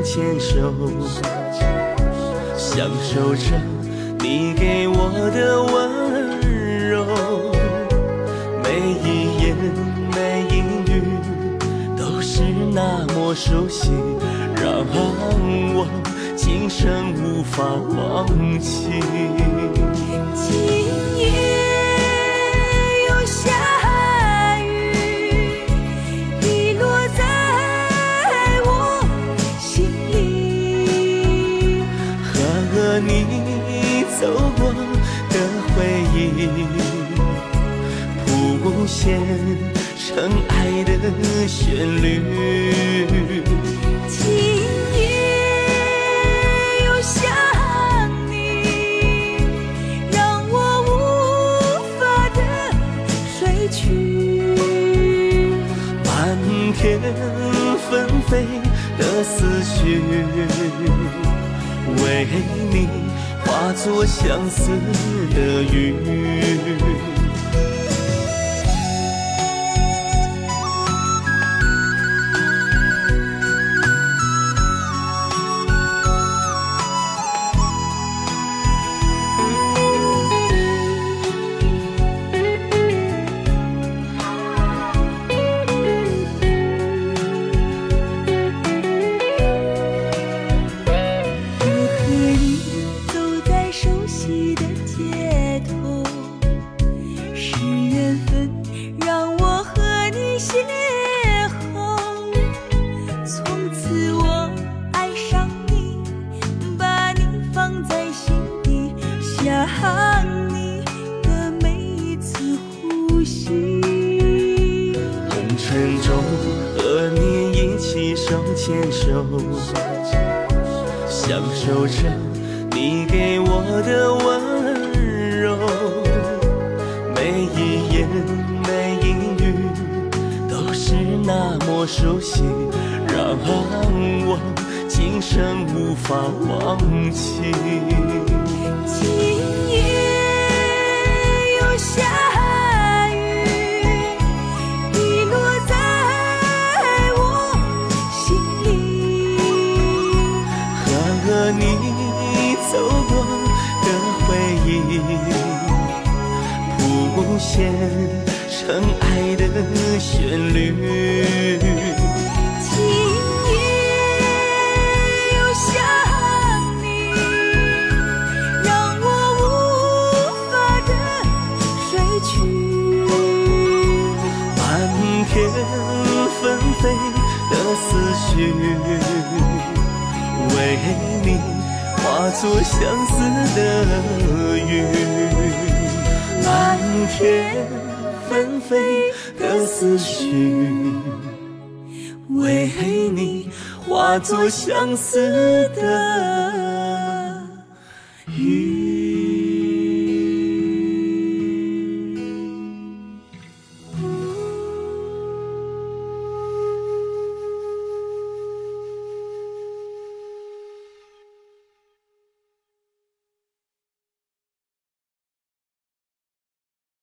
牵手，享受着你给我的温柔。每一言每一语都是那么熟悉，让我今生无法忘记。 今夜有下雨，滴落在我心里， 和你走过的回忆，谱写成爱的旋律。 今夜又想你，让我无法的睡去。 漫天纷飞的思绪，为你化作相思的雨。牵手，享受着你给我的温柔。每一言每一语都是那么熟悉，让我今生无法忘记。 今夜又下你走过的回忆，谱写成爱的旋律。 今夜又想你，让我无法的睡去。 漫天纷飞的思绪，为你化作相思的雨。漫天纷飞的思绪，为你化作相思的雨。